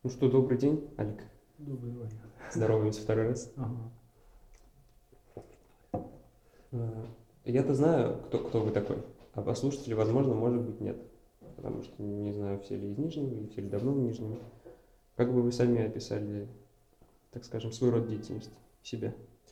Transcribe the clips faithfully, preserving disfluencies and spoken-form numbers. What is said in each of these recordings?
Ну что, добрый день, Алик. Добрый, Ваня. Здороваемся второй раз. Ага. А, Я-то знаю, кто, кто вы такой, а по слушателю, возможно, может быть, нет. Потому что не знаю, все ли из Нижнего, или все ли давно в Нижнем. Как бы вы сами описали, так скажем, свой род деятельности, себя?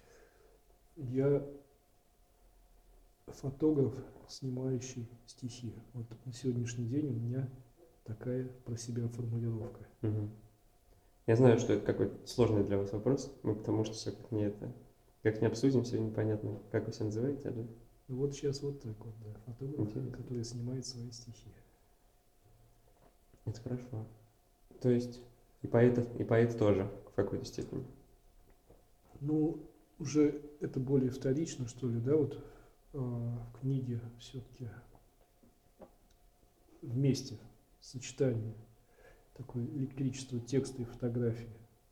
Я фотограф, снимающий стихи. Вот на сегодняшний день у меня такая про себя формулировка. Мгм. Я знаю, что это какой-то сложный для вас вопрос, ну, потому что все как не это, как не обсудим, все непонятно, как вы себя называете, да? Ну вот сейчас вот так вот, да, фотограф, Интересно. который снимает свои стихи. Это хорошо. То есть и поэт, и поэт тоже в какой-то степени. Ну, уже это более вторично, что ли, да, вот э, в книге все-таки вместе, сочетание, такое электричество текста и фотографии.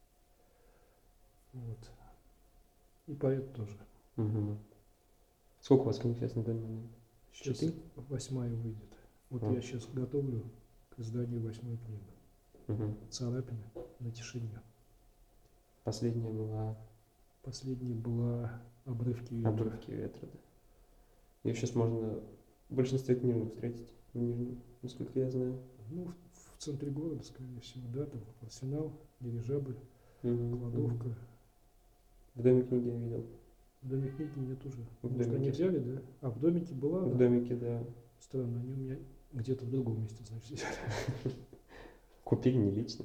Вот. И поэт тоже. Мгм. Сколько у вас книг сейчас на данный момент? Сейчас Четыре? восьмая выйдет. Вот А. я сейчас готовлю к изданию восьмой книги. Мгм. «Царапины на тишине». Последняя была Последняя была «Обрывки ветра». «Обрывки ветра». Да. Ее сейчас можно в большинстве книжных встретить в Нижнем, насколько я знаю. Ну, в, в центре города, скорее всего, да, там Арсенал, Дирижабль, Мгм. Кладовка. Мгм. В Доме книги я видел. В доме книги нет уже. В Может, они домике. взяли, да? А в домике была, В да? домике, да. Странно, они у меня где-то в другом месте, значит, взяли. Купили не лично.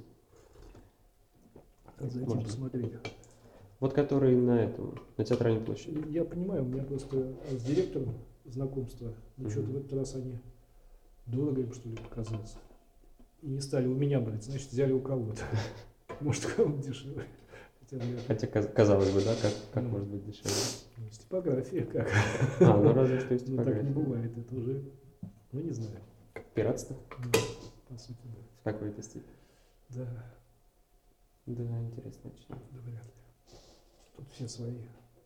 Надо зайти Можно. посмотреть. Вот который на этом, на Театральной площади. Я понимаю, у меня просто с директором знакомство, но Мгм. что-то в этот раз они дорого им, что ли, показалось. И не стали у меня брать, значит, взяли у кого-то. Может, у кого-то дешевле. Хотя, наверное, Хотя, каз- казалось бы, да, как, как Ну. может быть дешевле. ну, с типографией как. А, ну разве что есть Ну, так не типография. бывает, это уже, ну, не знаю. Как пиратство Ну, по сути, да. в какой-то степени. Да, Да, интересно очень. да вряд ли. Тут все свои.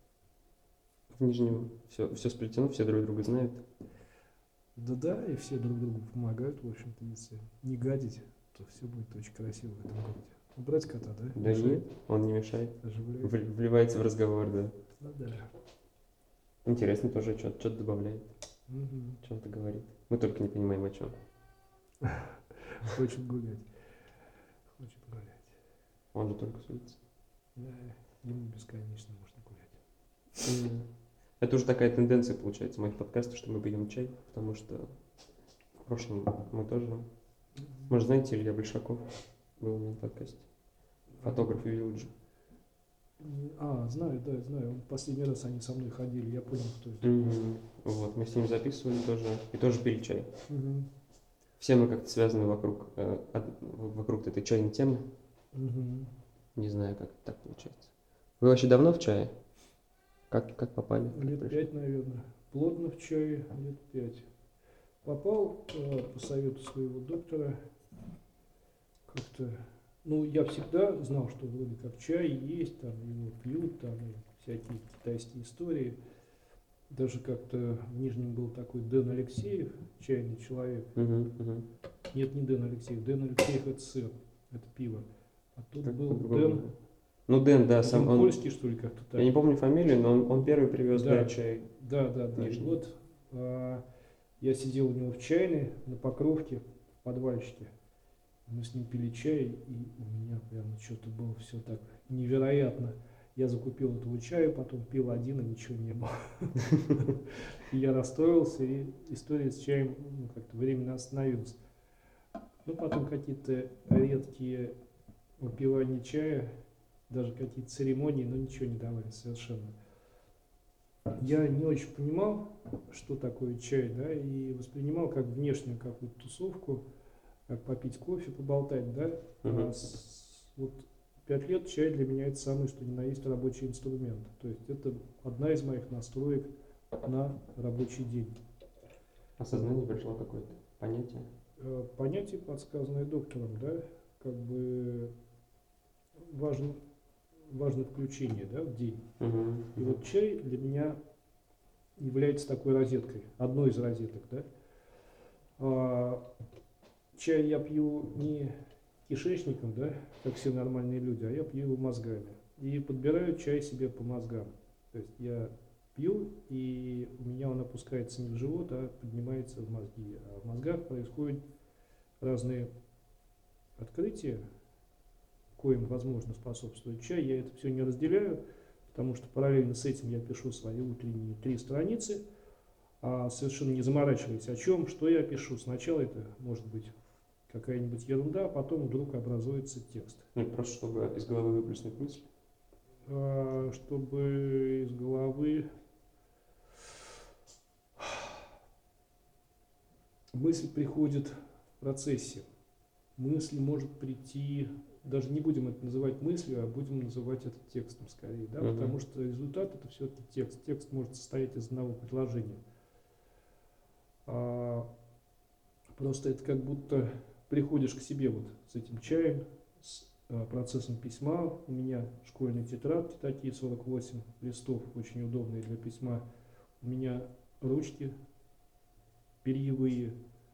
В Нижнем все, все сплетено, все друг друга знают. Да-да, и все друг другу помогают, в общем-то, если не гадить, то все будет очень красиво в этом городе. Убрать кота, да? Да Мешает? нет, он не мешает. Оживляет? В- Вливается в разговор, да. Ну да. Интересно тоже, что-то, что-то добавляет, Мгм. о чем-то говорит. Мы только не понимаем, о чем. Хочет гулять. Хочет гулять. Он же только суется. Да, ему бесконечно можно гулять. М. Это уже такая тенденция, получается, моих подкастов, что мы пьем чай, потому что в прошлом мы тоже... Может, знаете, Илья Большаков был у меня в подкасте. Фотограф и вилледжер. А, знаю, да, знаю. Он последний раз они со мной ходили, я понял, кто это. Мгм. Вот, мы с ним записывали тоже, и тоже пили чай. Мгм. Все мы как-то связаны вокруг, э, от- вокруг этой чайной темы. Мгм. Не знаю, как это так получается. Вы вообще давно в чае? Как, как попали? Как Лет пришли? пять, наверное. Плотно в чае лет пять. Попал э, по совету своего доктора. Как-то, ну, я всегда знал, что вроде как чай есть, там его пьют, там и всякие китайские истории. Даже как-то в Нижнем был такой Дэн Алексеев, чайный человек. Мгм, мгм. Нет, не Дэн Алексеев. Дэн Алексеев это сыр, это пиво. А тут Как был по-другому. Дэн, Ну, Дэн, да, сам Дэн он. польский, что ли, как-то так. Я не помню фамилию, но он, он первый привез, да, Да. чай. Да, да, да. И Нижний. вот а, я сидел у него в чайной на Покровке, в подвальчике. Мы с ним пили чай, и у меня прямо что-то было все так невероятно. Я закупил этого чая, потом пил один, и ничего не было. И я расстроился, и история с чаем ну, как-то временно остановилась. Ну, потом какие-то редкие выпивания чая, даже какие-то церемонии, но ничего не давали совершенно. Я не очень понимал, что такое чай, да, и воспринимал как внешнюю какую-то тусовку, как попить кофе, поболтать, да. Мгм. А с- вот пять лет чай для меня это самый, что ни на есть рабочий инструмент. То есть это одна из моих настроек на рабочий день. Осознание пришло какое-то понятие. Э, Понятие, подсказанное доктором, да, как бы важно, важно включение, да, в день. Мгм, И мгм. вот чай для меня является такой розеткой, одной из розеток, да. А, чай я пью не кишечником, да, как все нормальные люди, а я пью его мозгами. И подбираю чай себе по мозгам. То есть я пью, и у меня он опускается не в живот, а поднимается в мозги. А в мозгах происходят разные открытия, коим, возможно, способствует чай. Я это все не разделяю, потому что параллельно с этим я пишу свои утренние три страницы, а совершенно не заморачиваясь о чем, что я пишу. Сначала это может быть какая-нибудь ерунда, а потом вдруг образуется текст. Ну, просто чтобы из головы выплеснуть мысль. А, чтобы из головы мысль приходит в процессе. Мысль может прийти, даже не будем это называть мыслью, а будем называть это текстом скорее, да, Мгм. потому что результат это все-таки текст. Текст может состоять из одного предложения. А, просто это как будто приходишь к себе вот с этим чаем, с а, процессом письма. У меня школьные тетрадки такие, сорок восемь листов, очень удобные для письма. У меня ручки перьевые,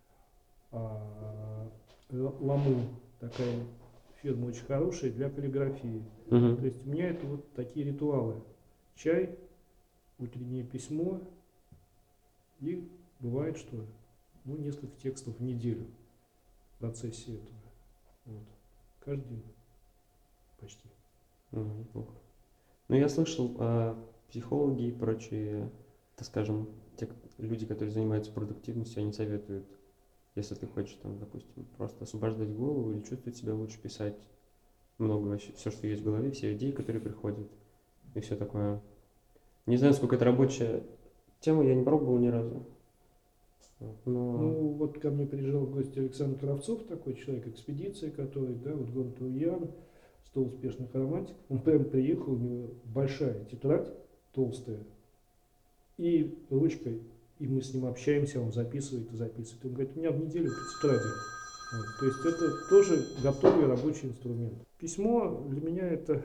а, л- ламу, такая фирма очень хорошая для каллиграфии. Мгм. То есть у меня это вот такие ритуалы. Чай, утреннее письмо и бывает, что ну, несколько текстов в неделю в процессе этого. Вот. Каждый день почти. Мгм, неплохо. Ну, я слышал, а, психологи и прочие, так скажем, те к- люди, которые занимаются продуктивностью, они советуют, если ты хочешь, там, допустим, просто освобождать голову или чувствовать себя лучше, писать много вообще, все, что есть в голове, все идеи, которые приходят, и все такое. Не знаю, сколько это рабочая тема, я не пробовал ни разу. Вот, но... Ну, вот ко мне приезжал в гости Александр Кравцов, такой человек экспедиции, который, да, вот город Руян, сто успешных романтиков. Он прям приехал, у него большая тетрадь, толстая, и ручкой, и мы с ним общаемся, он записывает и записывает. Он говорит, у меня в неделю по тетради. Вот. То есть это тоже готовый рабочий инструмент. Письмо для меня это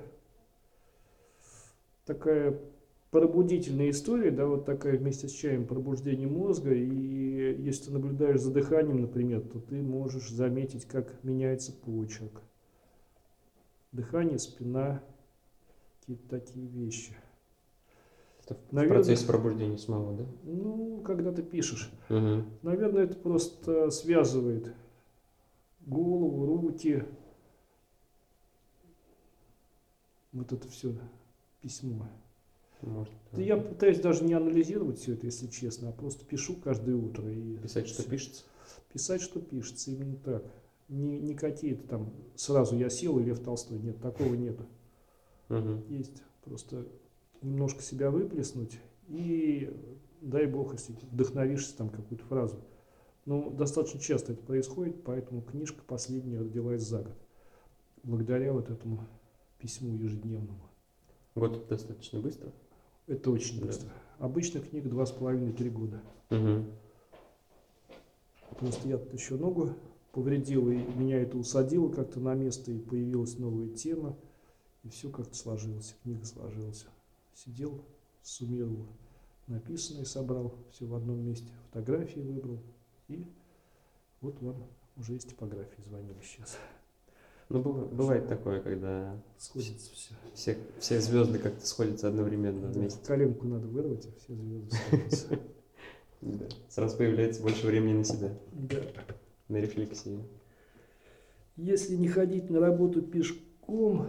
такая пробудительная история, да, вот такая вместе с чаем пробуждение мозга. И если ты наблюдаешь за дыханием, например, то ты можешь заметить, как меняется почерк. Дыхание, спина, какие-то такие вещи. Это в Наверное, процессе пробуждения самого, да? ну, когда ты пишешь, Угу. наверное, это просто связывает голову, руки, вот это все письмо. Может, Да да. я пытаюсь даже не анализировать все это, если честно, а просто пишу каждое утро. И Писать, что всё. пишется. Писать, что пишется, именно так. Не, не какие-то там сразу я сел и Лев Толстой. Нет, такого нету. Угу. Есть просто немножко себя выплеснуть и дай бог, если вдохновишься там какую-то фразу. Ну, достаточно часто это происходит, поэтому книжка последняя родилась за год. Благодаря вот этому письму ежедневному. Год достаточно быстро. Это очень Да. быстро. Обычно книга два с половиной-три года. Угу. Просто я тут еще ногу повредил, и меня это усадило как-то на место, и появилась новая тема, и все как-то сложилось, книга сложилась. Сидел, суммировал написанное, собрал все в одном месте, фотографии выбрал, и вот вам уже из типографии звонили сейчас. Ну, быва- бывает такое, когда Сходится все. все, все звезды как-то сходятся одновременно Да, вместе. коленку надо вырвать, а все звезды сходятся. Да. Сразу появляется больше времени на себя, Да. на рефлексию. Если не ходить на работу пешком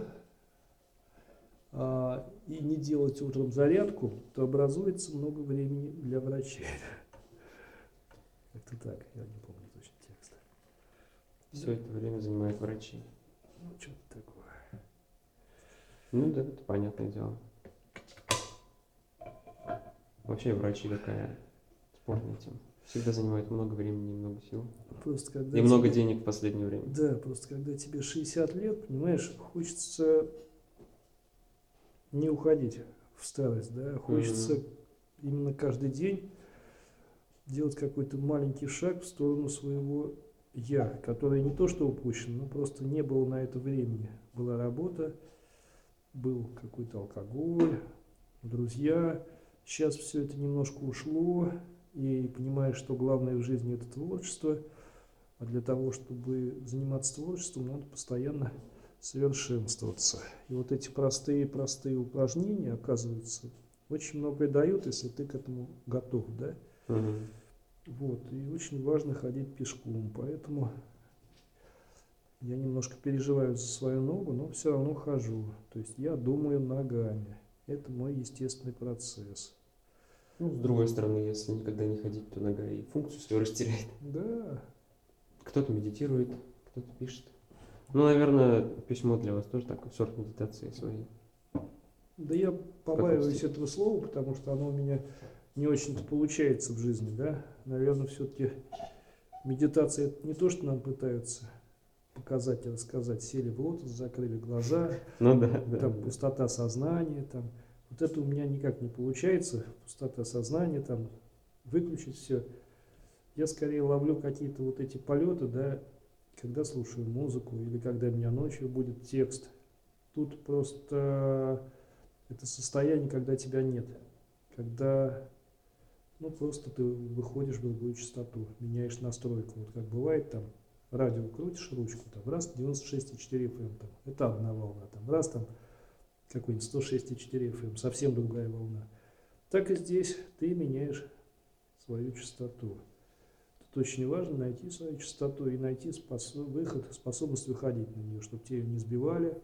а, и не делать утром зарядку, то образуется много времени для врачей. Как-то так, я не помню точно текст. Все это время занимают врачи. Ну, что-то такое. Ну да, это понятное дело. Вообще врачи такая спорная тема. Всегда занимают много времени и много сил. Просто когда И много тебе- денег в последнее время. Да, просто когда тебе шестьдесят лет, понимаешь, хочется не уходить в старость, да, хочется Мгм. именно каждый день делать какой-то маленький шаг в сторону своего я, которое не то что упущено, но просто не было на это времени. Была работа, был какой-то алкоголь, друзья. Сейчас все это немножко ушло, и понимаешь, что главное в жизни это творчество. А для того, чтобы заниматься творчеством, надо постоянно совершенствоваться. И вот эти простые-простые упражнения, оказывается, очень многое дают, если ты к этому готов, да? Мгм. Вот, и очень важно ходить пешком, поэтому я немножко переживаю за свою ногу, но все равно хожу. То есть я думаю ногами. Это мой естественный процесс. Ну, с другой стороны, если никогда не ходить, то нога и функцию свою растеряет. Да, Кто-то медитирует, кто-то пишет. Ну, наверное, письмо для вас тоже такой сорт медитации своей. да я каком побаиваюсь стиле? этого слова, потому что оно у меня не очень-то получается в жизни, да. Наверное, все-таки медитация это не то, что нам пытаются показать и рассказать. Сели в лотос, закрыли глаза, Ну да, да, там да. пустота сознания, там. Вот это у меня никак не получается. Пустота сознания, там выключить все. Я скорее ловлю какие-то вот эти полеты, да, когда слушаю музыку или когда у меня ночью будет текст. Тут просто это состояние, когда тебя нет. Когда, ну, просто ты выходишь в другую частоту, меняешь настройку. Вот как бывает там, радио крутишь ручку, там раз девяносто шесть и четыре эф эм, там, это одна волна, там раз там какой-нибудь сто шесть и четыре эф эм, совсем другая волна. Так и здесь ты меняешь свою частоту. Тут очень важно найти свою частоту и найти способ, выход, способность выходить на нее, чтобы тебя не сбивали,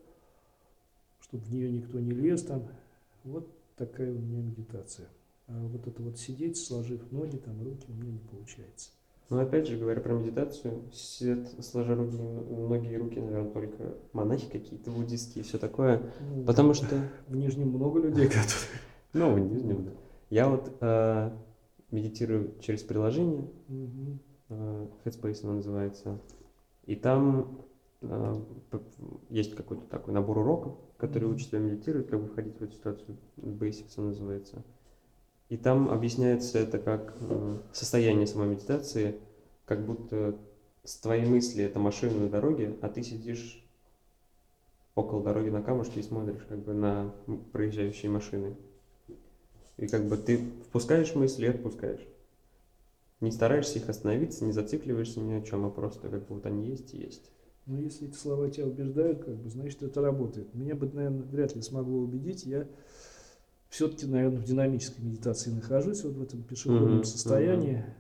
чтобы в нее никто не лез там. Вот такая у меня медитация. А вот это вот сидеть, сложив ноги, там, руки, у меня не получается. Но опять же, говоря про медитацию, сидят сложа руки, ноги и руки, наверное, только монахи какие-то, буддистские и все такое. Ну, Потому что, в Нижнем много людей, которые... ну, в Нижнем, да. Я вот э, медитирую через приложение, Мгм. э, Headspace оно называется, и там э, п- есть какой-то такой набор уроков, который Мгм. учат тебя медитировать, как бы входить в эту ситуацию, Basics он называется. И там объясняется это как э, состояние самой медитации, как будто с твоей мысли это машина на дороге, а ты сидишь около дороги на камушке и смотришь как бы на м- проезжающие машины. И как бы ты впускаешь мысли и отпускаешь. Не стараешься их остановиться, не зацикливаешься ни о чем, а просто как бы вот они есть и есть. Но если эти слова тебя убеждают, как бы, значит, это работает. Меня бы, наверное, вряд ли смогло убедить. Я все-таки, наверное, в динамической медитации нахожусь, вот в этом пешеходном Мгм, мгм. состоянии.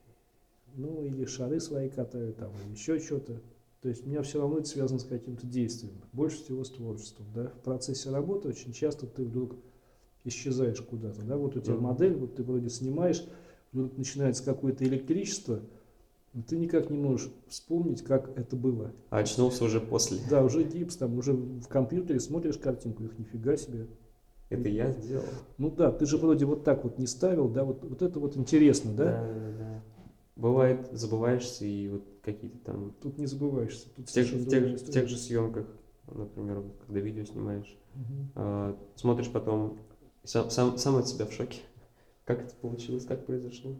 Ну, или шары свои катаю, там, или еще что-то. То есть у меня все равно это связано с каким-то действием. Больше всего с творчеством. Да? В процессе работы очень часто ты вдруг исчезаешь куда-то. Да? Вот у тебя Мгм. модель, вот ты вроде снимаешь, вдруг начинается какое-то электричество, но ты никак не можешь вспомнить, как это было. А очнулся уже после. Да, уже гипс, там уже в компьютере смотришь картинку, их нифига себе. Это я сделал. Ну да, ты же вроде вот так вот не ставил, да, вот, вот это вот интересно, да? Да, да, да. Бывает, забываешься и вот какие-то там Тут не забываешься, тут в тех, совершенно в тех, другая же- в тех история. же съемках, например, вот когда видео снимаешь, Мгм. а, смотришь потом, и сам, сам, сам от себя в шоке. Как это получилось, как произошло?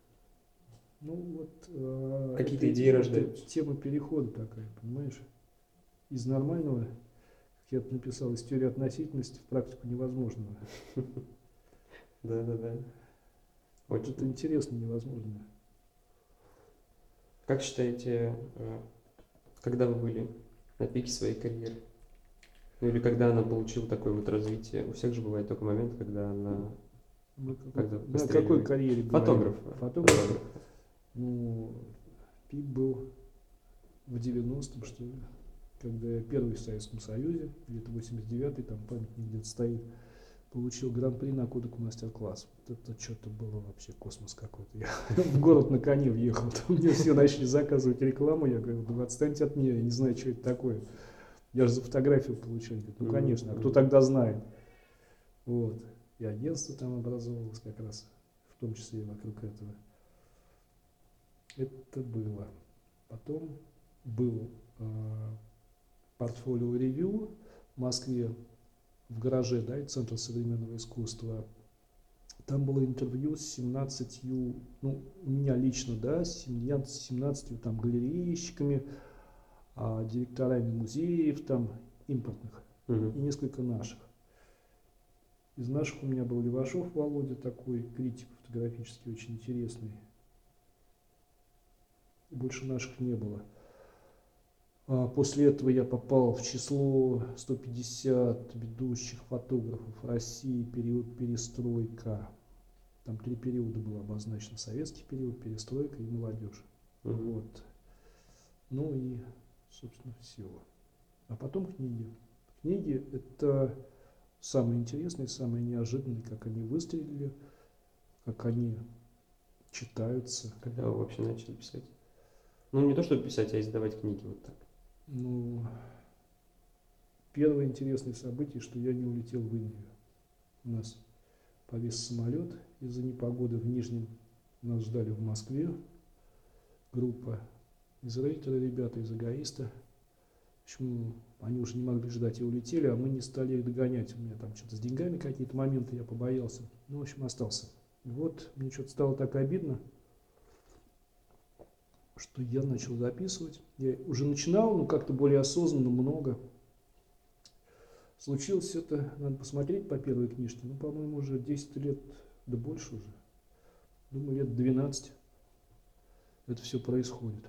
Ну вот, э, Какие-то это, идеи это рождаются. тема перехода такая, понимаешь? Из нормального, как я тут написал, из теории относительности в практику невозможного. Да, да, да. Вот это Очень. интересно невозможно. Как считаете, э, когда вы были на пике своей карьеры? Ну или когда она получила такое вот развитие? У всех же бывает такой момент, когда она Мы как- когда на какой выстреливает. карьере говорим? Фотографа. Фотограф? Фотографа. Ну, пик был в девяностом, что ли, когда я первый в Советском Союзе, где-то восемьдесят девятый, там памятник где-то стоит, получил гран-при на Кодек мастер-класс. Вот это что-то было вообще космос какой-то. Я в город на коне въехал, там мне все начали заказывать рекламу, я говорю, да вы отстаньте от меня, я не знаю, что это такое. Я же за фотографию получил. Он говорит, ну конечно, а кто тогда знает? Вот. И агентство там образовалось как раз, в том числе и вокруг этого. Это было. Потом был э, портфолио ревью в Москве, в гараже, да, и Центр современного искусства. Там было интервью с семнадцатью, ну, у меня лично, да, с семнадцатью там галерейщиками, а, директорами музеев, там, импортных, Мгм. и несколько наших. Из наших у меня был Левашов Володя, такой критик фотографический, очень интересный. больше наших не было. А после этого я попал в число сто пятьдесят ведущих фотографов России, период перестройка. Там три периода было обозначено: советский период, перестройка и молодежь. Мгм. Вот. Ну и, собственно, все. А потом книги. Книги – это самое интересное, самое неожиданное, как они выстрелили, как они читаются. Когда вы вообще начали писать? Ну, не то, чтобы писать, а издавать книги вот так. Ну, первое интересное событие, что я не улетел в Индию. У нас повис самолет из-за непогоды в Нижнем. Нас ждали в Москве. Группа из рейтера, ребята из эгоиста. В общем, они уже не могли ждать и улетели, а мы не стали их догонять. У меня там что-то с деньгами какие-то моменты, я побоялся. Ну, в общем, остался. И вот мне что-то стало так обидно, что я начал записывать. Я уже начинал, но как-то более осознанно, много. Случилось это, надо посмотреть по первой книжке, ну, по-моему, уже десять лет, да больше уже. Думаю, лет двенадцать это все происходит.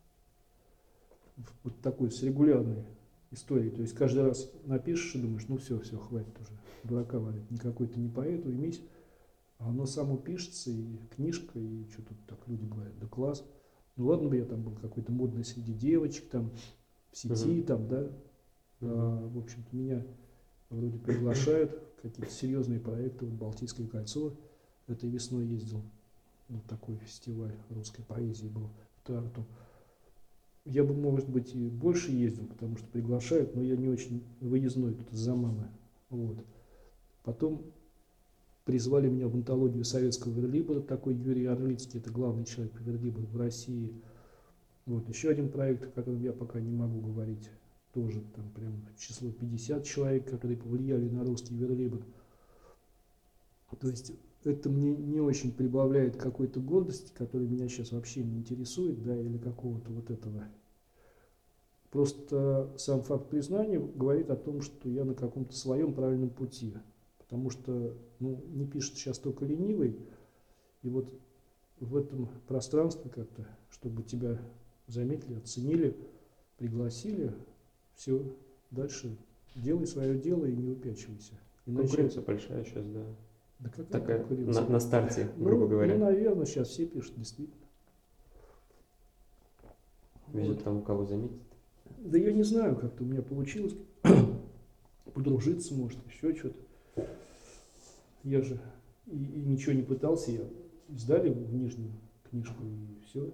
Вот такой с регулярной историей. То есть каждый раз напишешь и думаешь, ну все, все, хватит уже, дурака валить. Никакой ты не поэт, уймись. А оно само пишется, и книжка, и что тут так люди говорят, да класс. Ну ладно бы я там был какой-то модный среди девочек, там, в сети, Мгм. там, да. А, в общем-то, меня вроде приглашают в какие-то серьезные проекты. Вот Балтийское кольцо этой весной ездил. Вот такой фестиваль русской поэзии был в Тарту. Я бы, может быть, и больше ездил, потому что приглашают, но я не очень выездной тут из-за мамы. Вот. Потом призвали меня в антологию советского верлибра, такой Юрий Орлицкий, это главный человек по верлибру в России. Вот. Еще один проект, о котором я пока не могу говорить, тоже там прям число пятьдесят человек, которые повлияли на русский верлибр. То есть это мне не очень прибавляет какой-то гордости, которая меня сейчас вообще не интересует, да, или какого-то вот этого. Просто сам факт признания говорит о том, что я на каком-то своем правильном пути. Потому что, ну, не пишет сейчас только ленивый, и вот в этом пространстве как-то, чтобы тебя заметили, оценили, пригласили, все, дальше делай свое дело и не упячивайся. Иначе... Конкуренция большая сейчас, да. Да какая Такая конкуренция? на, на старте, Ну, грубо говоря. ну, наверное, сейчас все пишут, действительно. Везет Вот. тому, кого заметит. Да я не знаю, как-то у меня получилось подружиться, может, еще что-то. Я же и, и ничего не пытался, я сдали в Нижнюю книжку и все.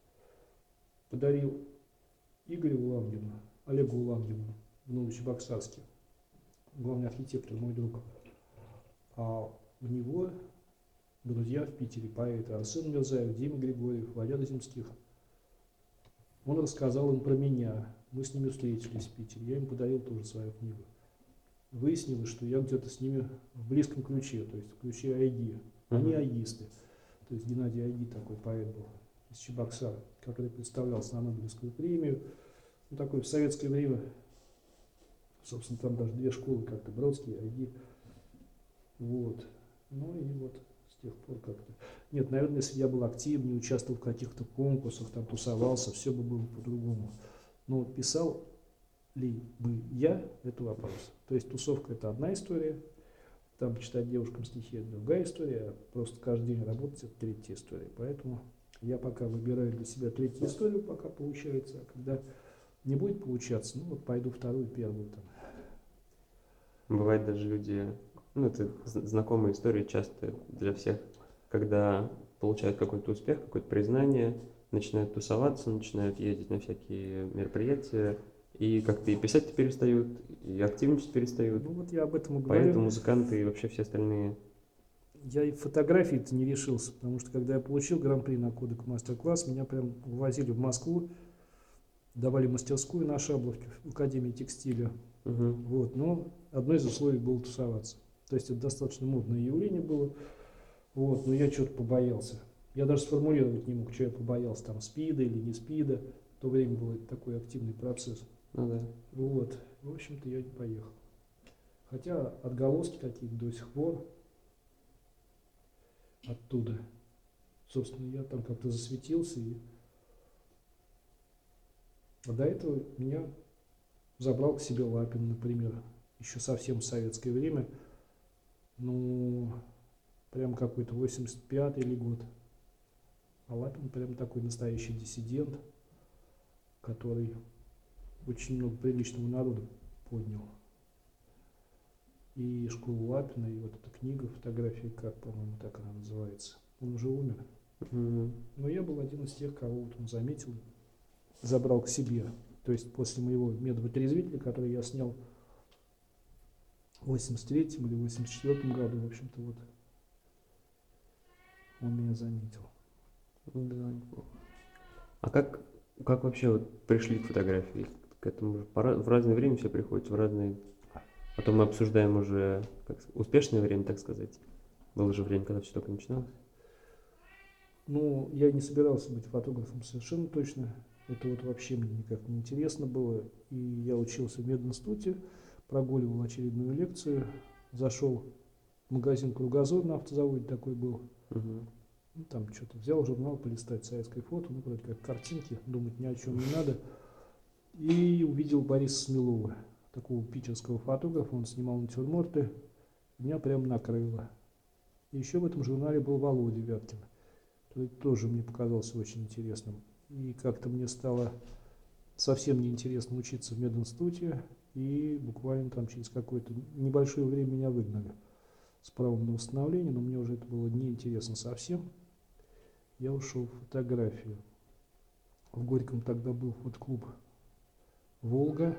Подарил Игорю Улангину, Олегу Улангину в Новочебоксарске, главный архитектор, мой друг. А у него друзья в Питере, поэты Арсен Мирзаев, Дима Григорьев, Валерий Земских. Он рассказал им про меня. Мы с ними встретились в Питере. Я им подарил тоже свою книгу. Выяснилось, что я где-то с ними в близком ключе, то есть в ключе Айги. Они Мгм. айгисты. То есть Геннадий Айги такой поэт был из Чебоксара, который представлялся на Нобелевскую премию. Ну, такой в советское время, собственно, там даже две школы как-то, Бродский и Айги. Вот. Ну и вот с тех пор как-то... Нет, наверное, если бы я был активнее, участвовал в каких-то конкурсах, там тусовался, все бы было по-другому. Но вот писал ли бы я, это вопрос. То есть тусовка — это одна история, там читать девушкам стихи — это другая история, а просто каждый день работать — это третья история. Поэтому я пока выбираю для себя третью историю, пока получается, а когда не будет получаться, ну вот пойду вторую, первую там. Бывает даже люди, ну это з- знакомая история часто для всех, когда получают какой-то успех, какое-то признание, начинают тусоваться, начинают ездить на всякие мероприятия, и как-то и писать перестают, и активничать перестают. Ну вот я об этом и Поэты, говорю. музыканты и вообще все остальные. Я и в фотографии-то не решился, потому что когда я получил гран-при на Кодек мастер-класс, меня прям увозили в Москву, давали мастерскую на Шабловке в Академии текстиля. Угу. Вот, но одно из условий было тусоваться. То есть это достаточно модное явление было. Вот, но я что-то побоялся. Я даже сформулировать не мог, что я побоялся, там, спида или не спида. В то время был это такой активный процесс. Ну да. Вот, в общем-то, я не поехал. Хотя отголоски какие-то до сих пор оттуда. Собственно, я там как-то засветился и А до этого меня забрал к себе Лапин, например, еще совсем в советское время, ну, прям какой-то восемьдесят пятый или год. А Лапин прям такой настоящий диссидент, который очень много приличного народа поднял. И школу Лапина, и вот эта книга, фотографии, как, по-моему, так она называется. Он уже умер. Мгм. Но я был один из тех, кого вот он заметил, забрал к себе. То есть после моего медвотрезвителя, который я снял в восемьдесят третьем или восемьдесят четвёртом году, в общем-то, вот он меня заметил. Ну да, неплохо. А как, как вообще вот пришли к фотографии? К этому же пора- в разное время все приходит, в разные... Потом мы обсуждаем уже как, с- успешное время, так сказать. Было же время, когда все только начиналось. Ну, я не собирался быть фотографом совершенно точно. Это вот вообще мне никак не интересно было. И я учился в мединституте, прогуливал очередную лекцию, зашел в магазин «Кругозор» на автозаводе такой был. Мгм. Ну, там что-то взял журнал полистать, советское фото, ну, вроде как картинки, думать ни о чем не надо. И увидел Бориса Смелова, такого питерского фотографа, он снимал натюрморты, меня прям накрыло. И еще в этом журнале был Володя Вяткин, который тоже мне показался очень интересным. И как-то мне стало совсем неинтересно учиться в мединституте, и буквально там через какое-то небольшое время меня выгнали с правом на восстановление, но мне уже это было неинтересно совсем. Я ушел в фотографию. В Горьком тогда был фотоклуб «Волга»,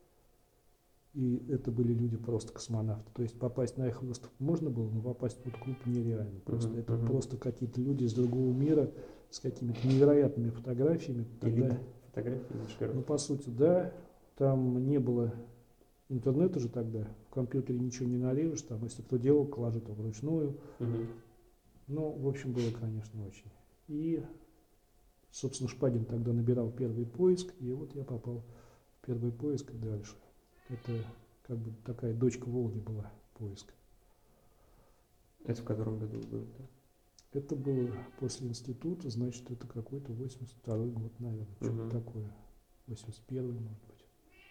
и это были люди просто космонавты. То есть попасть на их выставку можно было, но попасть в фотоклуб нереально. Просто Мгм, это мгм. просто какие-то люди из другого мира с какими-то невероятными фотографиями. Тогда, Элита фотографии на шкаф. ну, по сути, да, там не было интернета же тогда, в компьютере ничего не нарежешь, там, если кто делал, коллажи то вручную. Мгм. Ну, в общем, было, конечно, очень. И, собственно, Шпагин тогда набирал первый поиск, и вот я попал в первый поиск и дальше. Это как бы такая дочка Волги была, поиск. Это в котором году был, да? Это было после института, значит, это какой-то восемьдесят второй год, наверное, что-то Мгм. такое. восемьдесят первый, может быть.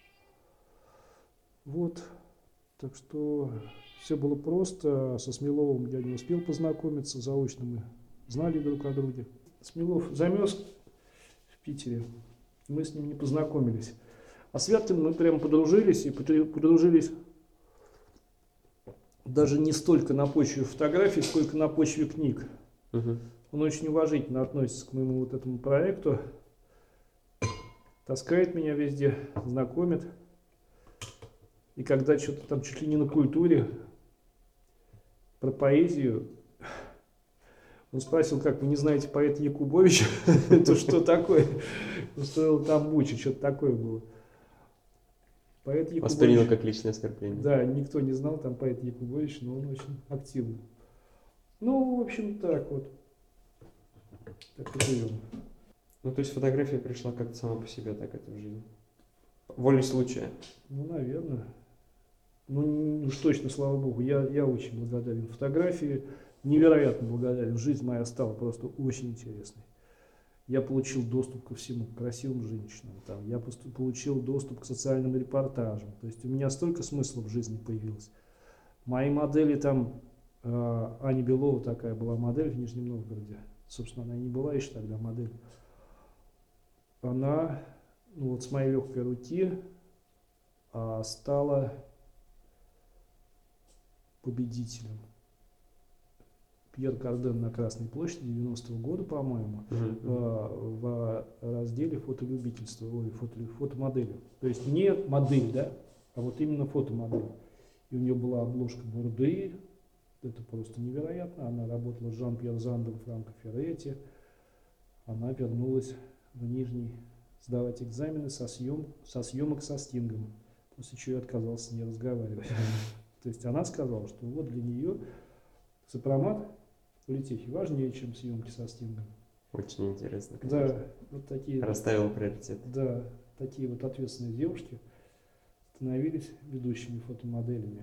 Вот. Так что все было просто. Со Смеловым я не успел познакомиться, заочно мы знали друг о друге. Смелов замерз в Питере, мы с ним не познакомились. А с Вяткиным мы прям подружились, и подружились даже не столько на почве фотографий, сколько на почве книг. Мгм. Он очень уважительно относится к моему вот этому проекту, таскает меня везде, знакомит. И когда что-то там чуть ли не на культуре, про поэзию, он спросил, как вы не знаете поэта Якубовича? Это что такое? Устроил там бучу, что-то такое было. Поэт Воспринял Якубович, как личное оскорбление. да, никто не знал там поэта Якубовича, но он очень активный. Ну, в общем, так вот. Так и живем. Ну, то есть фотография пришла как-то сама по себе, так это в жизнь. Волей случая. Ну, наверное. Ну, уж точно, слава богу. Я, я очень благодарен фотографии. Невероятно благодарен. Жизнь моя стала просто очень интересной. Я получил доступ ко всему, к красивым женщинам. Там, я поступ, получил доступ к социальным репортажам. То есть у меня столько смысла в жизни появилось. Мои модели там, э, Аня Белова такая была модель в Нижнем Новгороде. Собственно, она и не была еще тогда модель. Она, ну вот с моей легкой руки, а, стала победителем. Пьер Карден на Красной площади девяностого года, по-моему, Мгм. в, в разделе фотолюбительства, ой, фото, фотомодели. То есть не модель, да, а вот именно фотомодель. И у нее была обложка Бурды, это просто невероятно. Она работала с Жан-Пьер Зандом, Франко Ферретти. Она вернулась в Нижний сдавать экзамены со, съем, со съемок со Стингом, после чего я отказался с ней разговаривать. То есть она сказала, что вот для нее сопромат в политехе важнее, чем съемки со Стингом. Очень интересно, конечно. Да, вот такие, Расставил приоритет. да, такие вот ответственные девушки становились ведущими фотомоделями.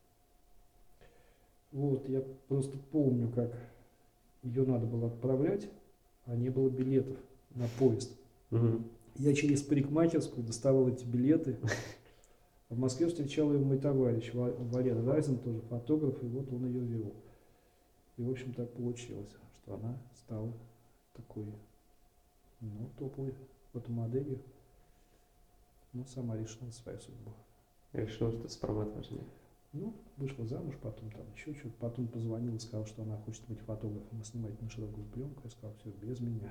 Вот, я просто помню, как ее надо было отправлять, а не было билетов на поезд. Мгм. Я через парикмахерскую доставал эти билеты. В Москве встречал ее мой товарищ Валера Разин, тоже фотограф, и вот он ее вел. И, в общем, так получилось, что она стала такой, ну, топовой фотомоделью, но сама решила свою судьбу. Решил, что сформат важнее. Ну, вышла замуж, потом там еще что-то, потом позвонила, сказала, что она хочет быть фотографом и снимать на широкую пленку. Я сказал, все, без меня.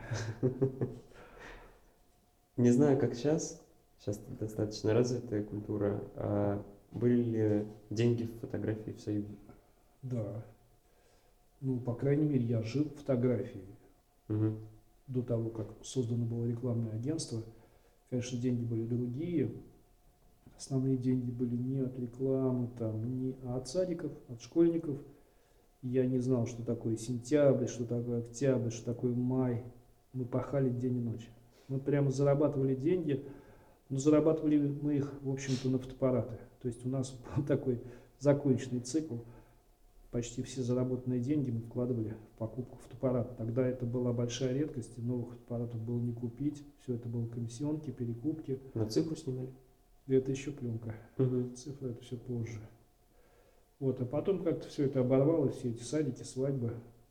Не знаю, как сейчас. Сейчас достаточно развитая культура. А были ли деньги в фотографии в Союзе? Да. Ну, по крайней мере, я жил фотографией. Угу. До того, как создано было рекламное агентство, конечно, деньги были другие. Основные деньги были не от рекламы, там, не а от садиков, от школьников. Я не знал, что такое сентябрь, что такое октябрь, что такое май. Мы пахали день и ночь. Мы прямо зарабатывали деньги, но зарабатывали мы их, в общем-то, на фотоаппараты. То есть у нас был такой законченный цикл. Почти все заработанные деньги мы вкладывали в покупку фотоаппарата. Тогда это была большая редкость, и новых фотоаппаратов было не купить. Все это было комиссионки, перекупки. На цифру снимали? Это еще пленка. Угу. Цифра это все позже. Вот, а потом как-то все это оборвалось, все эти садики, свадьбы.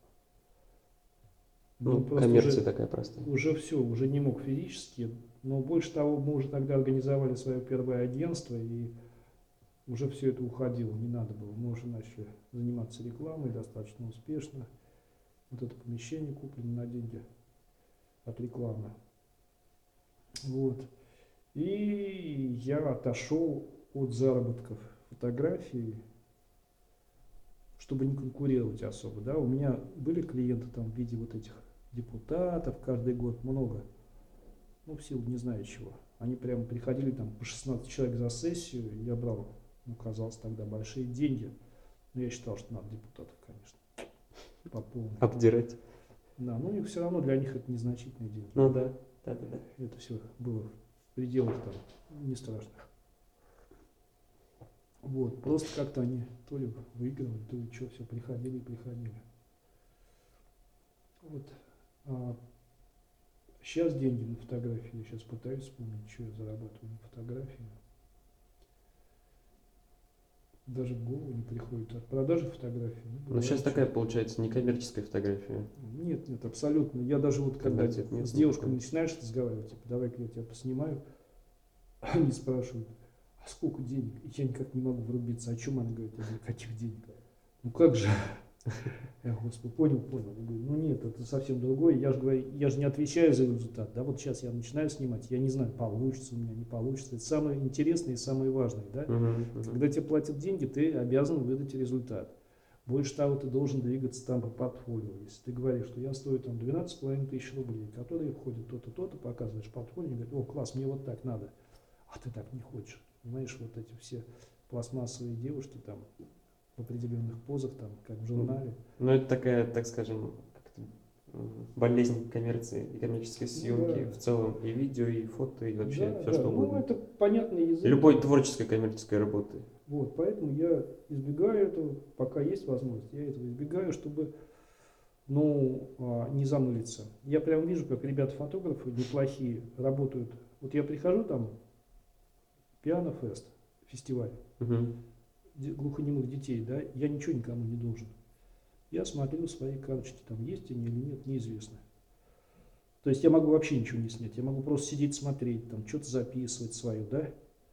Ну, Ну, коммерция уже, такая простая. уже все, уже не мог физически. Но больше того, мы уже тогда организовали свое первое агентство, и уже все это уходило, не надо было. Мы уже начали заниматься рекламой достаточно успешно. Вот это помещение куплено на деньги от рекламы. Вот. И я отошел от заработков фотографии, чтобы не конкурировать особо. Да? У меня были клиенты там в виде вот этих депутатов каждый год много. Ну, в силу не знаю чего. Они прямо приходили там по шестнадцать человек за сессию. Я брал, ну, казалось тогда большие деньги. Но я считал, что надо депутатов, конечно, по полной. Обдирать. Да, но у них все равно для них это незначительные деньги. Ну да, да, да, да. Это все было в пределах там не страшных. Вот, просто как-то они то ли выигрывали, то ли что, все приходили и приходили. Вот. А сейчас деньги на фотографии, я сейчас пытаюсь вспомнить, что я зарабатываю на фотографии. Даже в голову не приходит. От продажи фотографий. Ну, Но сейчас такая, получается, некоммерческая фотография. Нет, нет, абсолютно. Я даже вот когда Когда нет, с девушками начинаешь разговаривать, типа, давай-ка я тебя поснимаю, они спрашивают, а сколько денег? И я никак не могу врубиться. О чем она говорит? Я говорю, каких денег? Ну как же? Я, господи, понял, понял. Я говорю, ну нет, это совсем другое. Я же говорю, я же не отвечаю за результат. Да, вот сейчас я начинаю снимать, я не знаю, получится у меня, не получится. Это самое интересное и самое важное. Да? Угу, угу. Когда тебе платят деньги, ты обязан выдать результат. Больше того, ты должен двигаться там по портфолио. Если ты говоришь, что я стою там двенадцать с половиной тысяч рублей, которые входят то-то, то-то, показываешь портфолио, и говорят, о, класс, мне вот так надо. А ты так не хочешь. Понимаешь, вот эти все пластмассовые девушки там в определенных позах, там, как в журнале. Ну, это такая, так скажем, болезнь коммерции и коммерческой съемки, да. В целом и видео, и фото, и вообще Да, все, да. что угодно. Ну, это понятный язык. Любой творческой коммерческой работы. Вот, поэтому я избегаю этого, пока есть возможность, я этого избегаю, чтобы, ну, не замылиться. Я прям вижу, как ребята-фотографы неплохие работают. Вот я прихожу там, пиано-фест, фестиваль, Угу. глухонемых детей, да, я ничего никому не должен. Я смотрю свои карточки, там есть они или нет, неизвестно. То есть я могу вообще ничего не снять, я могу просто сидеть, смотреть, там, что-то записывать свое, да.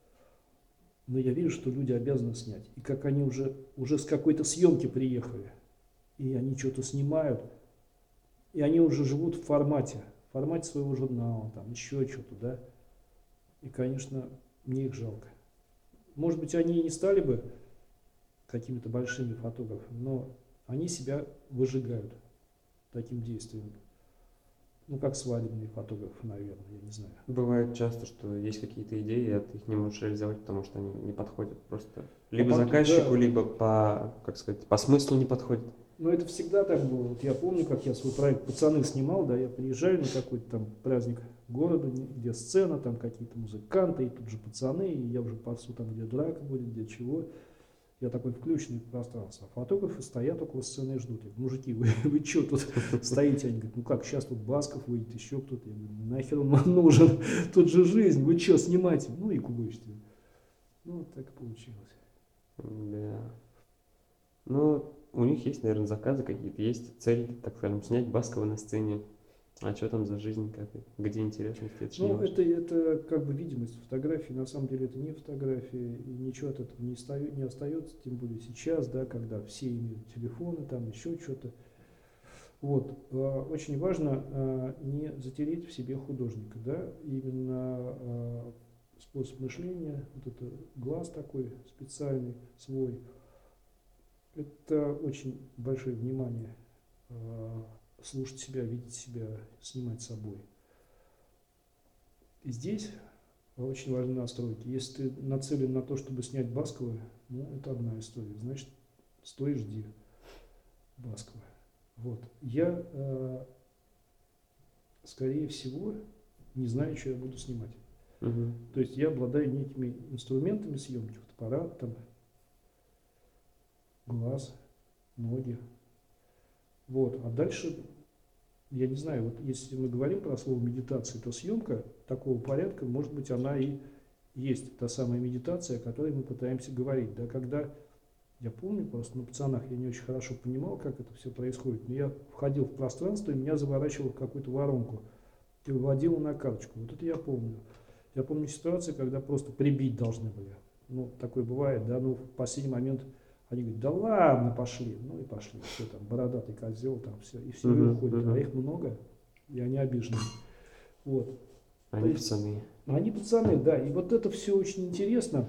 Но я вижу, что люди обязаны снять. И как они уже, уже с какой-то съемки приехали, и они что-то снимают, и они уже живут в формате, в формате своего журнала, там, еще что-то, да. И, конечно, мне их жалко. Может быть, они и не стали бы какими-то большими фотографами, но они себя выжигают таким действием. Ну, как свадебные фотографы, наверное, я не знаю. Бывает часто, что есть какие-то идеи, а ты их не можешь реализовать, потому что они не подходят просто. Либо а потом, заказчику, да. либо по, как сказать, по смыслу не подходит. Но это всегда так было. Вот я помню, как я свой проект «Пацаны» снимал, да, я приезжаю на какой-то там праздник города, где сцена, там какие-то музыканты, и тут же пацаны, и я уже пасу там, где драка будет, где чего. Я такой включенный в пространство. А фотографы стоят около сцены и ждут. Я говорю, мужики, вы, вы что тут стоите? Они говорят, ну как, сейчас тут Басков выйдет, еще кто-то. Я говорю, нахер он вам нужен? Тут же жизнь, вы что, снимаете? Ну и кубочки. Ну, вот так и получилось. Да. Ну, у них есть, наверное, заказы какие-то, есть цель, так скажем, снять Баскова на сцене. А что там за жизнь, как, где интересность, это же не Ну, важно. это, это как бы видимость фотографии. На самом деле это не фотография, и ничего от этого не, остается, не остается, тем более сейчас, да, когда все имеют телефоны, там еще что-то. Вот. А, очень важно а, не затереть в себе художника, да, именно а, способ мышления, вот это глаз такой специальный свой, это очень большое внимание. А, слушать себя, видеть себя, снимать собой. И здесь очень важны настройки. Если ты нацелен на то, чтобы снять Баскова, ну, это одна история. Значит, стой и жди Баскова. Вот. Я, э, скорее всего, не знаю, что я буду снимать. Угу. То есть я обладаю некими инструментами съемки, фотоаппарат, там, глаз, ноги. Вот. А дальше, я не знаю, вот если мы говорим про слово медитация, то съемка такого порядка, может быть, она и есть та самая медитация, о которой мы пытаемся говорить. Да, когда, я помню, просто на пацанах я не очень хорошо понимал, как это все происходит, но я входил в пространство, и меня заворачивало в какую-то воронку и выводило на карточку. Вот это я помню. Я помню ситуации, когда просто прибить должны были. Ну, такое бывает, да, ну, в последний момент они говорят, да ладно, пошли. Ну и пошли. Все там, бородатый козел, там все. И все Мгм, уходят. мгм. А их много, и они обижены. Вот. Они То есть- пацаны. Они пацаны, да. И вот это все очень интересно.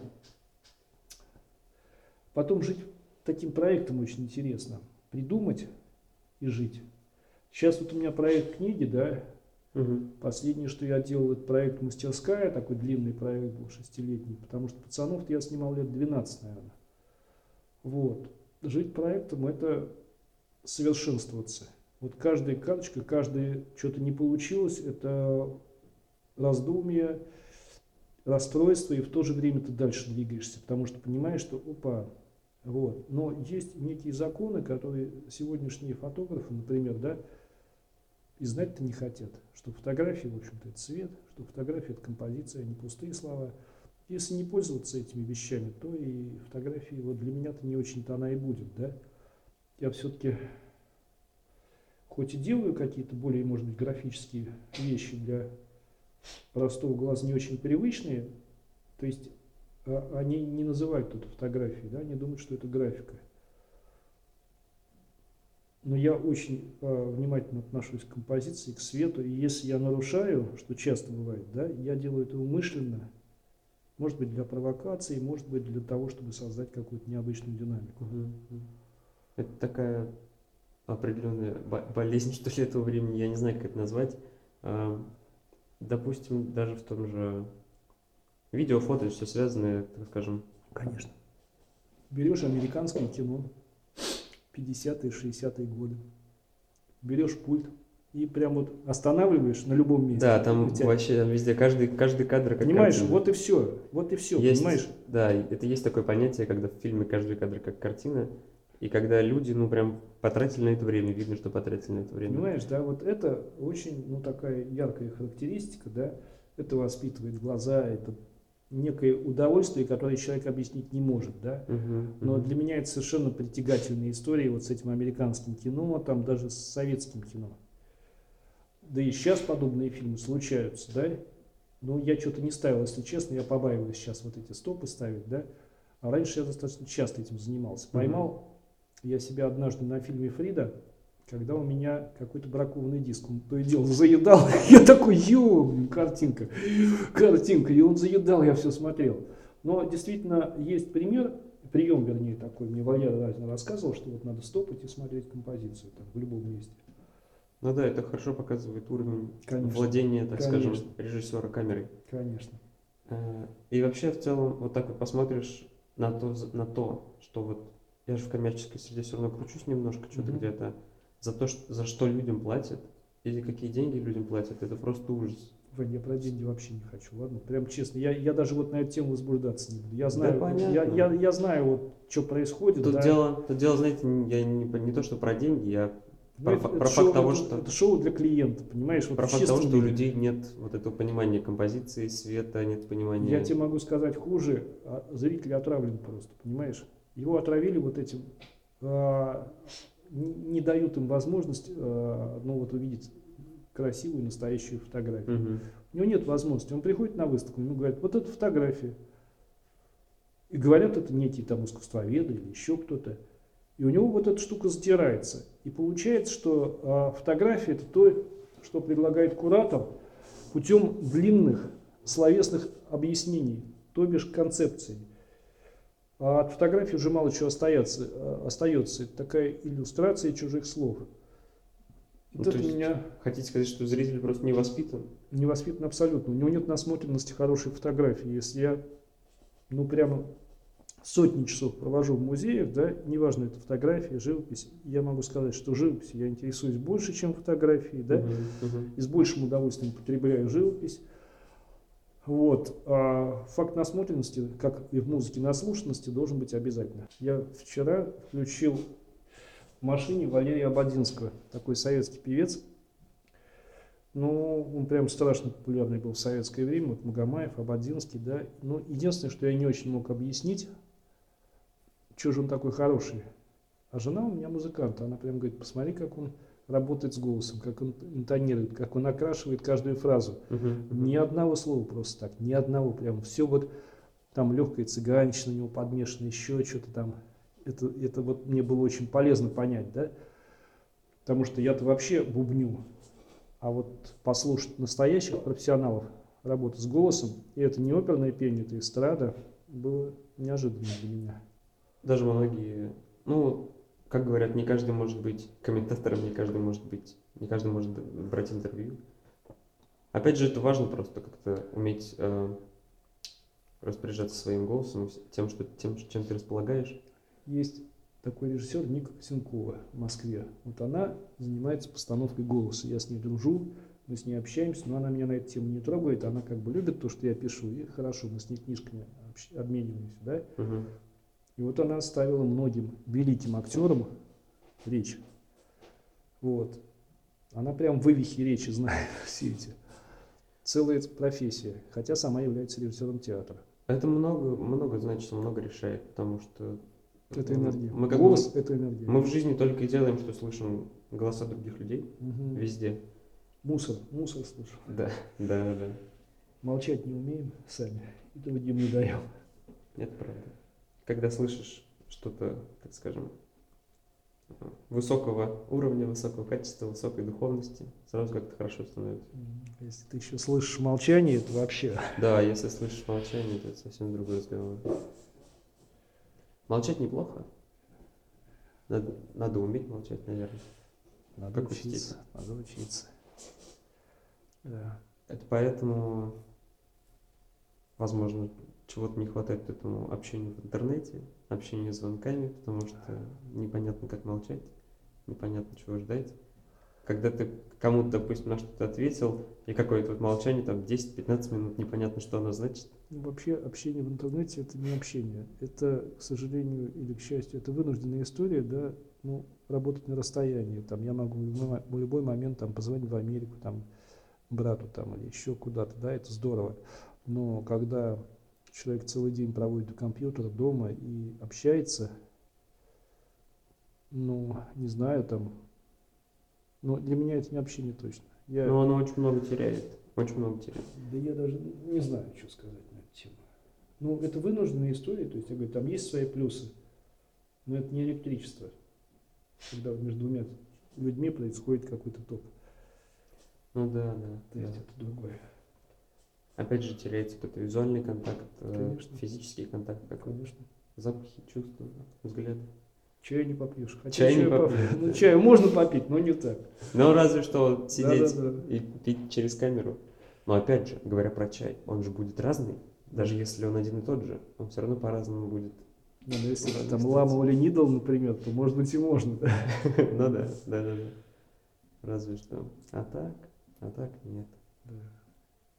Потом жить таким проектом очень интересно. Придумать и жить. Сейчас вот у меня проект книги, да. Угу. Последнее, что я делал, это проект «Мастерская», такой длинный проект был, шестилетний, потому что пацанов-то я снимал лет двенадцать, наверное. Вот. Жить проектом – это совершенствоваться. Вот каждая карточка, каждое что-то не получилось, это раздумье, расстройство, и в то же время ты дальше двигаешься, потому что понимаешь, что опа, вот. Но есть некие законы, которые сегодняшние фотографы, например, да, и знать-то не хотят, что фотографии, в общем-то, это цвет, что фотография – это композиция, а не пустые слова. Если не пользоваться этими вещами, то и фотографии, вот для меня-то не очень-то она и будет, да. Я все-таки, хоть и делаю какие-то более, может быть, графические вещи для простого глаза не очень привычные, то есть а, они не называют это фотографией, да, они думают, что это графика. Но я очень э, внимательно отношусь к композиции, к свету, и если я нарушаю, что часто бывает, да, я делаю это умышленно, может быть для провокации, может быть для того, чтобы создать какую-то необычную динамику. Угу. Это такая определенная бо- болезнь, что ли, этого времени, я не знаю, как это назвать. А, допустим, даже в том же видео, фото, все связанное, так скажем. Конечно. Берешь американское кино, пятидесятые, шестидесятые годы, берешь пульт и прям вот останавливаешь на любом месте. Да, там У тебя- вообще там везде каждый, каждый кадр как Понимаешь, картина. вот и все, вот и все, Есть, понимаешь? да, это есть такое понятие, когда в фильме каждый кадр как картина, и когда люди, ну, прям потратили на это время, видно, что потратили на это время. Понимаешь, да, вот это очень, ну, такая яркая характеристика, да, это воспитывает глаза, это некое удовольствие, которое человек объяснить не может, да. Мгм, Но мгм. для меня это совершенно притягательная история вот с этим американским кино, там даже с советским кино. Да и сейчас подобные фильмы случаются, да. Но я что-то не ставил, если честно, я побаиваюсь сейчас вот эти стопы ставить, да. А раньше я достаточно часто этим занимался. Поймал я себя однажды на фильме «Фрида», когда у меня какой-то бракованный диск, он то и дело заедал. Я такой, ё, картинка, картинка, и он заедал, я все смотрел. Но действительно есть пример, прием, вернее, такой, мне Валера Разин рассказывал, что вот надо стопать и смотреть композицию там, в любом месте. Ну да, это хорошо показывает уровень Конечно. владения, так Конечно. скажем, режиссера камерой. Конечно. Э, И вообще в целом вот так вот посмотришь на то, за- на то, что вот я же в коммерческой среде все равно кручусь немножко, что-то Мгм. где-то, за то, что, за что людям платят, или какие деньги людям платят, это просто ужас. Вань, я про деньги вообще не хочу, ладно? Прям честно, я, я даже вот на эту тему возбуждаться не буду. Я знаю, Да, я, понятно. я, я знаю вот, что происходит, Тут да. дело, тут дело, знаете, не- я не, про- не то, что про деньги, я Ну, про, это, фа- это про шоу, факт того, это, что... это шоу для клиента, понимаешь? Вот Про в факт того, чистом что у виде. людей нет вот этого понимания композиции, света, нет понимания... Я тебе могу сказать хуже, а зритель отравлен просто, понимаешь? Его отравили вот этим, а, не не дают им возможность, а, ну вот увидеть красивую настоящую фотографию. Мгм. У него нет возможности. Он приходит на выставку, ему говорят, вот это фотография. И говорят, это некие там искусствоведы или еще кто-то. И у него вот эта штука затирается. И получается, что а, фотография это то, что предлагает куратор путем длинных словесных объяснений, то бишь концепций. А от фотографии уже мало чего остается. а, остается. Это такая иллюстрация чужих слов. Ну, Вот то это есть меня Хотите сказать, что зритель просто не воспитан? не воспитан абсолютно. У него нет насмотренности хорошей фотографии. Если я, ну, прямо сотни часов провожу в музеях, да, неважно, это фотография, живопись, я могу сказать, что живопись я интересуюсь больше, чем фотографией, да, Мгм, мгм. и с большим удовольствием потребляю живопись. Вот. А факт насмотренности, как и в музыке, наслушанности должен быть обязательно. Я вчера включил в машине Валерия Ободзинского, такой советский певец. Ну, он прям страшно популярный был в советское время, вот Магомаев, Ободзинский, да. Ну, единственное, что я не очень мог объяснить, что же он такой хороший. А жена у меня музыкант, она прям говорит, посмотри, как он работает с голосом, как он интонирует, как он окрашивает каждую фразу. Мгм, мгм. Ни одного слова просто так, ни одного прям. Все вот там легкая цыганщина у него подмешана, еще что-то там. Это, это вот мне было очень полезно понять, да. Потому что я-то вообще бубню. А вот послушать настоящих профессионалов работы с голосом, и это не оперное пение, это эстрада, было неожиданно для меня. Даже многие, ну, как говорят, не каждый может быть комментатором, не каждый может быть, не каждый может брать интервью. Опять же, это важно просто как-то уметь э, распоряжаться своим голосом, тем, что, тем, чем ты располагаешь. Есть такой режиссер Ника Косенкова в Москве. Вот она занимается постановкой голоса. Я с ней дружу, мы с ней общаемся, но она меня на эту тему не трогает. Она как бы любит то, что я пишу, и хорошо, мы с ней книжками общ- обмениваемся, да. Мгм. И вот она ставила многим великим актерам речь. Вот. Она прям вывихи речи знает все эти. Целая профессия. Хотя сама является режиссером театра. Это много, много значит, много решает, потому что Это м, энергия. мы как Голос бы, это энергия. мы в жизни только и делаем, что слышим голоса других людей Мгм. везде. Мусор, мусор слышу. Да, да, да, Молчать не умеем сами. И другим не даем. это правда. Когда слышишь что-то, так скажем, высокого уровня, высокого качества, высокой духовности, сразу как-то хорошо становится. М, Если ты еще слышишь молчание, это вообще. Да, если слышишь молчание, то это совсем другой разговор. Молчать неплохо. Надо, надо уметь молчать, наверное. Надо Какой учиться. Надо учиться. Да. Это поэтому, возможно, чего-то не хватает этому общению в интернете, общению звонками, потому что непонятно, как молчать, непонятно, чего ждать. Когда ты кому-то, допустим, на что-то ответил, и какое-то вот молчание, там десять-пятнадцать минут, непонятно, что оно значит. Ну, вообще общение в интернете это не общение. Это, к сожалению или к счастью, это вынужденная история, да, ну, работать на расстоянии. Там я могу в любой, мо- в любой момент там позвонить в Америку, там, брату там или еще куда-то, да, это здорово. Но когда человек целый день проводит у компьютера дома и общается, ну, не знаю, там, ну, для меня это не общение точно. Я, Но оно очень много теряет, очень много теряет. да я даже не знаю, что сказать на эту тему. Ну, это вынужденная история, то есть, я говорю, там есть свои плюсы, но это не электричество, когда между двумя людьми происходит какой-то ток. Ну да, да. То да. есть, это другое. Опять же теряется какой-то визуальный контакт, э, Конечно. физический контакт какой-то, Конечно. запахи, чувства, взгляды. Чаю не попьешь. Хотя Чай не чаю поп- попьешь, Ну, да. чаю можно попить, но не так. Ну, разве что вот сидеть Да-да-да. и пить через камеру. Но опять же, говоря про чай, он же будет разный. Даже если он один и тот же, он все равно по-разному будет. Ну, но если Разные там ситуации. лама или нидл, например, то может быть и можно. Да? Ну да, да, да, да. Разве что. А так, а так нет. Да.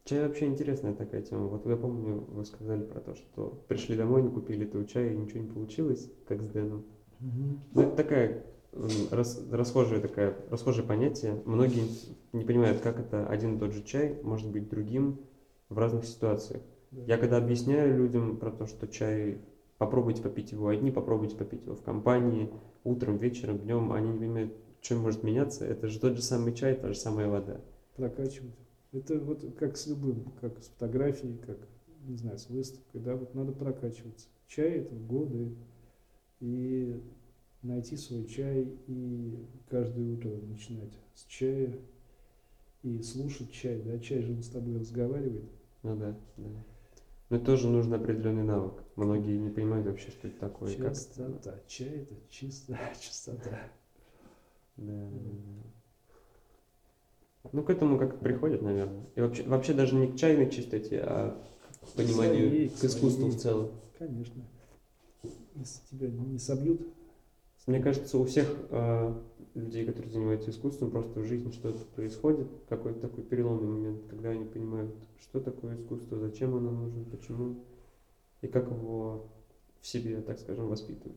Чай вообще интересная такая тема. Вот я помню, вы сказали про то, что пришли домой, не купили этого чая, и ничего не получилось, как с Дэном. Мгм. Ну, это такая м, рас- расхожее, такая, расхожее понятие. Многие не понимают, как это один и тот же чай может быть другим в разных ситуациях. Да. Я когда объясняю людям про то, что чай, попробуйте попить его одни, попробуйте попить его в компании, утром, вечером, днем, они не понимают, что может меняться. Это же тот же самый чай, та же самая вода. Прокачивать. Это вот как с любым, как с фотографией, как, не знаю, с выставкой, да, вот надо прокачиваться. Чай это годы, и найти свой чай, и каждое утро начинать с чая, и слушать чай, да, чай же он с тобой разговаривает. Ну да, да. Но это тоже нужен определенный навык. Многие не понимают вообще, что это такое. и как это. Чистота, чай это чисто, чистота. Да, да, да. Ну, к этому как приходят, наверное. И вообще, вообще даже не к чайной чистоте, а к пониманию, Своей, к искусству своей. в целом. Конечно. Если тебя не собьют, Мне кажется, у всех э, людей, которые занимаются искусством, просто в жизни что-то происходит, какой-то такой переломный момент, когда они понимают, что такое искусство, зачем оно нужно, почему, и как его в себе, так скажем, воспитывать.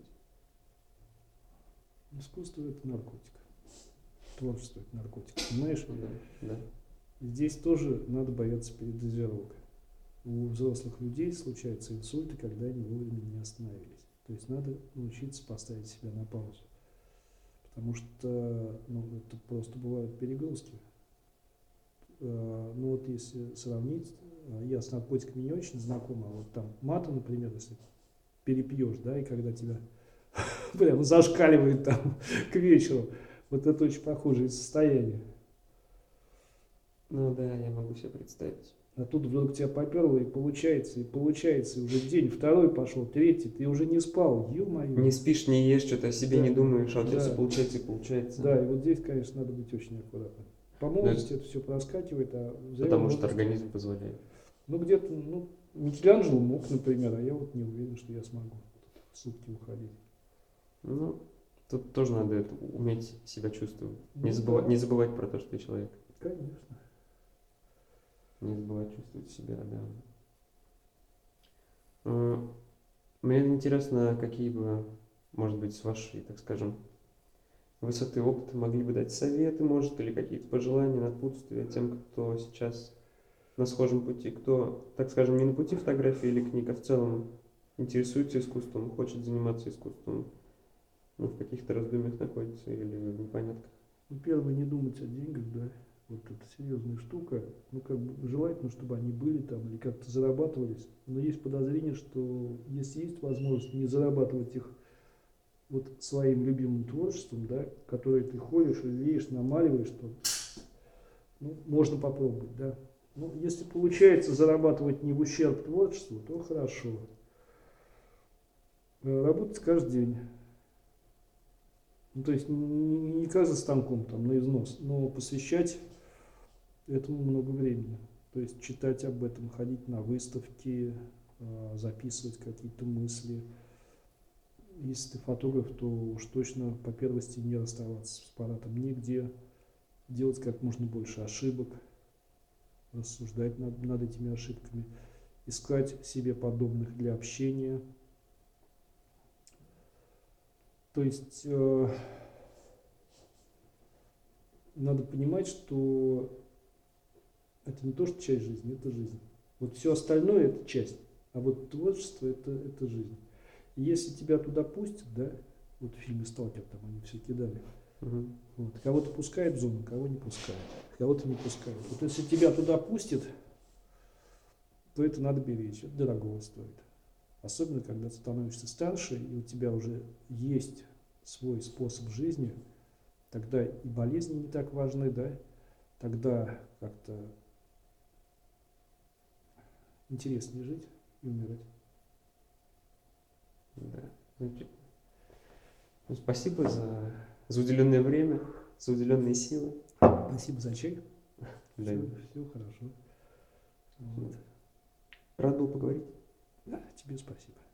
искусство это наркотик. Творчество это наркотик. Понимаешь? Ну да, да. Здесь тоже надо бояться передозировок. У взрослых людей случаются инсульты, когда они вовремя не остановились. То есть надо научиться поставить себя на паузу. Потому что ну, это просто бывают перегрузки. Э, Ну вот если сравнить, э, я с наркотиками не очень знаком, а вот там мата, например, если перепьешь, да, и когда тебя прям зашкаливает там к вечеру, вот это очень похожее состояние. Ну да, я могу себе представить. А тут вдруг тебя поперло, и получается, и получается, и уже день второй пошел, третий, ты уже не спал, ё-моё. Не спишь, не ешь, что-то о себе Да, не думаешь, а у тебя да. все получается и получается. Да, и вот здесь, конечно, надо быть очень аккуратным. По молодости это все проскакивает, а в зрелом Потому что возрасте- организм позволяет. Ну, где-то, ну, Микеланджело мог, например, а я вот не уверен, что я смогу в сутки уходить. Ну, тут тоже надо это, уметь себя чувствовать. Ну Не забывать, да. не забывать про то, что ты человек. Конечно. Не забывать чувствовать себя, да. М, Мне интересно, какие бы, может быть, с вашей, так скажем, высоты опыта могли бы дать советы, может, или какие-то пожелания, напутствия тем, кто сейчас на схожем пути, кто, так скажем, не на пути фотографии или книг, а в целом интересуется искусством, хочет заниматься искусством, ну, в каких-то раздумьях находится или в непонятках. Ну, первое, не думать о деньгах, да. Вот это серьезная штука. Ну, как бы желательно, чтобы они были там или как-то зарабатывались. Но есть подозрение, что если есть возможность не зарабатывать их вот своим любимым творчеством, да, которое ты ходишь, лелеешь, намаливаешь, то ну, можно попробовать, да. Ну, если получается зарабатывать не в ущерб творчеству, то хорошо. Э, Работать каждый день. Ну, то есть не, не- не каждый станком там на износ, но посвящать этому много времени. То есть читать об этом, ходить на выставки, э, записывать какие-то мысли. Если ты фотограф, то уж точно по первости не расставаться с аппаратом нигде, делать как можно больше ошибок, рассуждать над, над этими ошибками, искать себе подобных для общения. То есть э, надо понимать, что это не то, что часть жизни, это жизнь. Вот все остальное это часть, а вот творчество это, это жизнь. И если тебя туда пустят, да, вот в фильме «Сталкер» там они все кидали, Мгм. вот, кого-то пускают в зону, кого не пускают, кого-то не пускают. Вот если тебя туда пустят, то это надо беречь, это дорого стоит. Особенно, когда ты становишься старше, и у тебя уже есть свой способ жизни, тогда и болезни не так важны, да, тогда как-то интереснее жить и умирать. Да. Значит, ну, спасибо за, за уделенное время, за уделенные силы. Спасибо за чай. Да. Все, все хорошо. Вот. Рад был поговорить. Да, тебе спасибо.